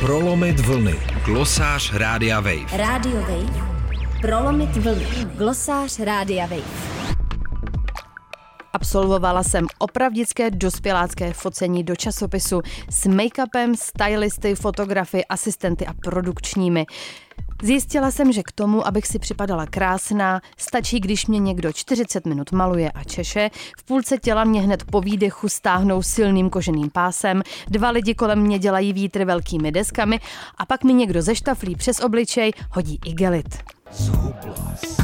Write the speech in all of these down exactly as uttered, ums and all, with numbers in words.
Prolomit vlny. Glosář Rádia Wave. Rádio Wave. Prolomit vlny. Glosář Rádia Wave. Absolvovala jsem opravdické dospělácké focení do časopisu s make-upem, stylisty, fotografy, asistenty a produkčními. Zjistila jsem, že k tomu, abych si připadala krásná, stačí, když mě někdo čtyřicet minut maluje a češe, v půlce těla mě hned po výdechu stáhnou silným koženým pásem, dva lidi kolem mě dělají vítr velkými deskami a pak mi někdo zeštaflí přes obličej, hodí igelit. Zhublas.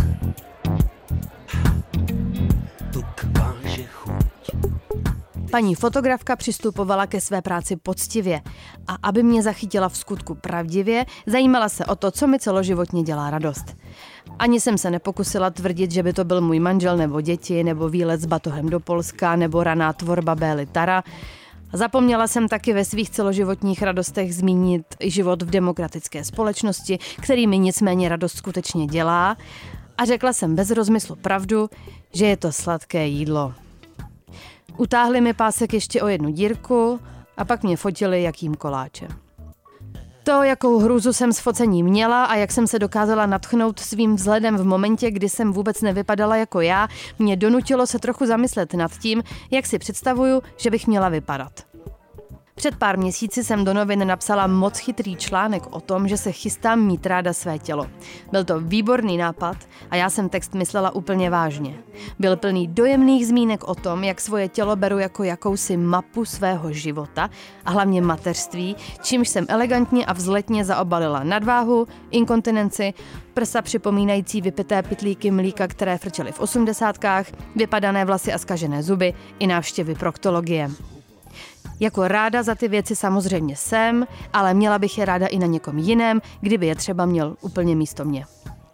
Tuk váže chuť. Paní fotografka přistupovala ke své práci poctivě a aby mě zachytila v skutku pravdivě, zajímala se o to, co mi celoživotně dělá radost. Ani jsem se nepokusila tvrdit, že by to byl můj manžel nebo děti, nebo výlet s batohem do Polska, nebo raná tvorba Bély Tara. Zapomněla jsem taky ve svých celoživotních radostech zmínit život v demokratické společnosti, který mi nicméně radost skutečně dělá, a řekla jsem bez rozmyslu pravdu, že je to sladké jídlo. Utáhli mi pásek ještě o jednu dírku a pak mě fotili, jak jím koláče. To, jakou hrůzu jsem s focením měla a jak jsem se dokázala nadchnout svým vzhledem v momentě, kdy jsem vůbec nevypadala jako já, mě donutilo se trochu zamyslet nad tím, jak si představuju, že bych měla vypadat. Před pár měsíci jsem do novin napsala moc chytrý článek o tom, že se chystám mít ráda své tělo. Byl to výborný nápad a já jsem text myslela úplně vážně. Byl plný dojemných zmínek o tom, jak svoje tělo beru jako jakousi mapu svého života a hlavně mateřství, čímž jsem elegantně a vzletně zaobalila nadváhu, inkontinenci, prsa připomínající vypité pytlíky mlíka, které frčely v osmdesátkách, vypadané vlasy a zkažené zuby i návštěvy proktologie. Jako ráda za ty věci samozřejmě jsem, ale měla bych je ráda i na někom jiném, kdyby je třeba měl úplně místo mě.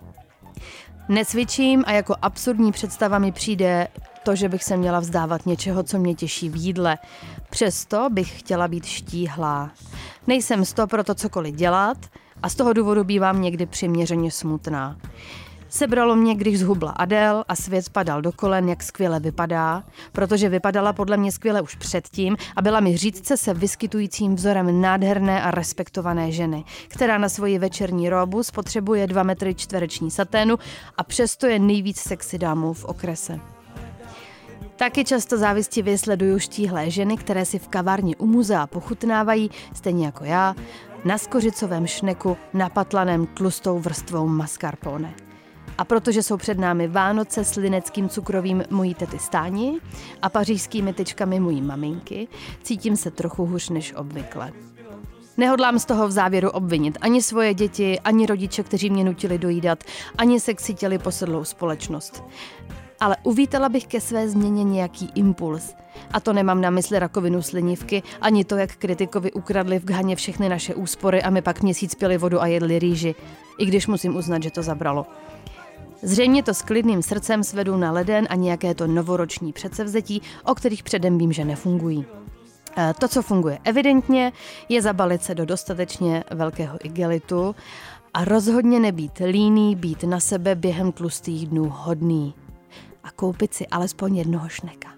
Necvičím a jako absurdní představa mi přijde to, že bych se měla vzdávat něčeho, co mě těší v jídle. Přesto bych chtěla být štíhlá. Nejsem z toho pro to cokoliv dělat a z toho důvodu bývám někdy přiměřeně smutná. Sebralo mě, když zhubla Adele a svět spadal do kolen, jak skvěle vypadá, protože vypadala podle mě skvěle už předtím a byla mi řídce se vyskytujícím vzorem nádherné a respektované ženy, která na svoji večerní róbu spotřebuje dva metry čtvereční saténu a přesto je nejvíc sexy dámou v okrese. Taky často závistivě sleduju štíhlé ženy, které si v kavárně u muzea pochutnávají, stejně jako já, na skořicovém šneku napatlaném tlustou vrstvou mascarpone. A protože jsou před námi Vánoce s lineckým cukrovým mojí tety Stáni a pařížskými tyčkami mojí maminky, cítím se trochu hůř než obvykle. Nehodlám z toho v závěru obvinit ani svoje děti, ani rodiče, kteří mě nutili dojídat, ani sexy těli posedlou společnost. Ale uvítala bych ke své změně nějaký impuls. A to nemám na mysli rakovinu slinivky, ani to, jak kritikovi ukradli v Ghaně všechny naše úspory a my pak měsíc pili vodu a jedli rýži, i když musím uznat, že to zabralo. Zřejmě to s klidným srdcem svedu na leden a nějaké to novoroční předsevzetí, o kterých předem vím, že nefungují. To, co funguje evidentně, je zabalit se do dostatečně velkého igelitu a rozhodně nebýt líný, být na sebe během tlustých dnů hodný a koupit si alespoň jednoho šneka.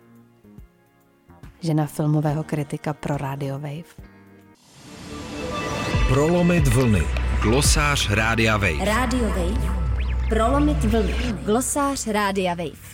Žena filmového kritika pro Radio Wave. Prolomit vlny. Glosář Rádia Wave. Rádio Wave. Prolomit vlny. Glosář Rádia Wave.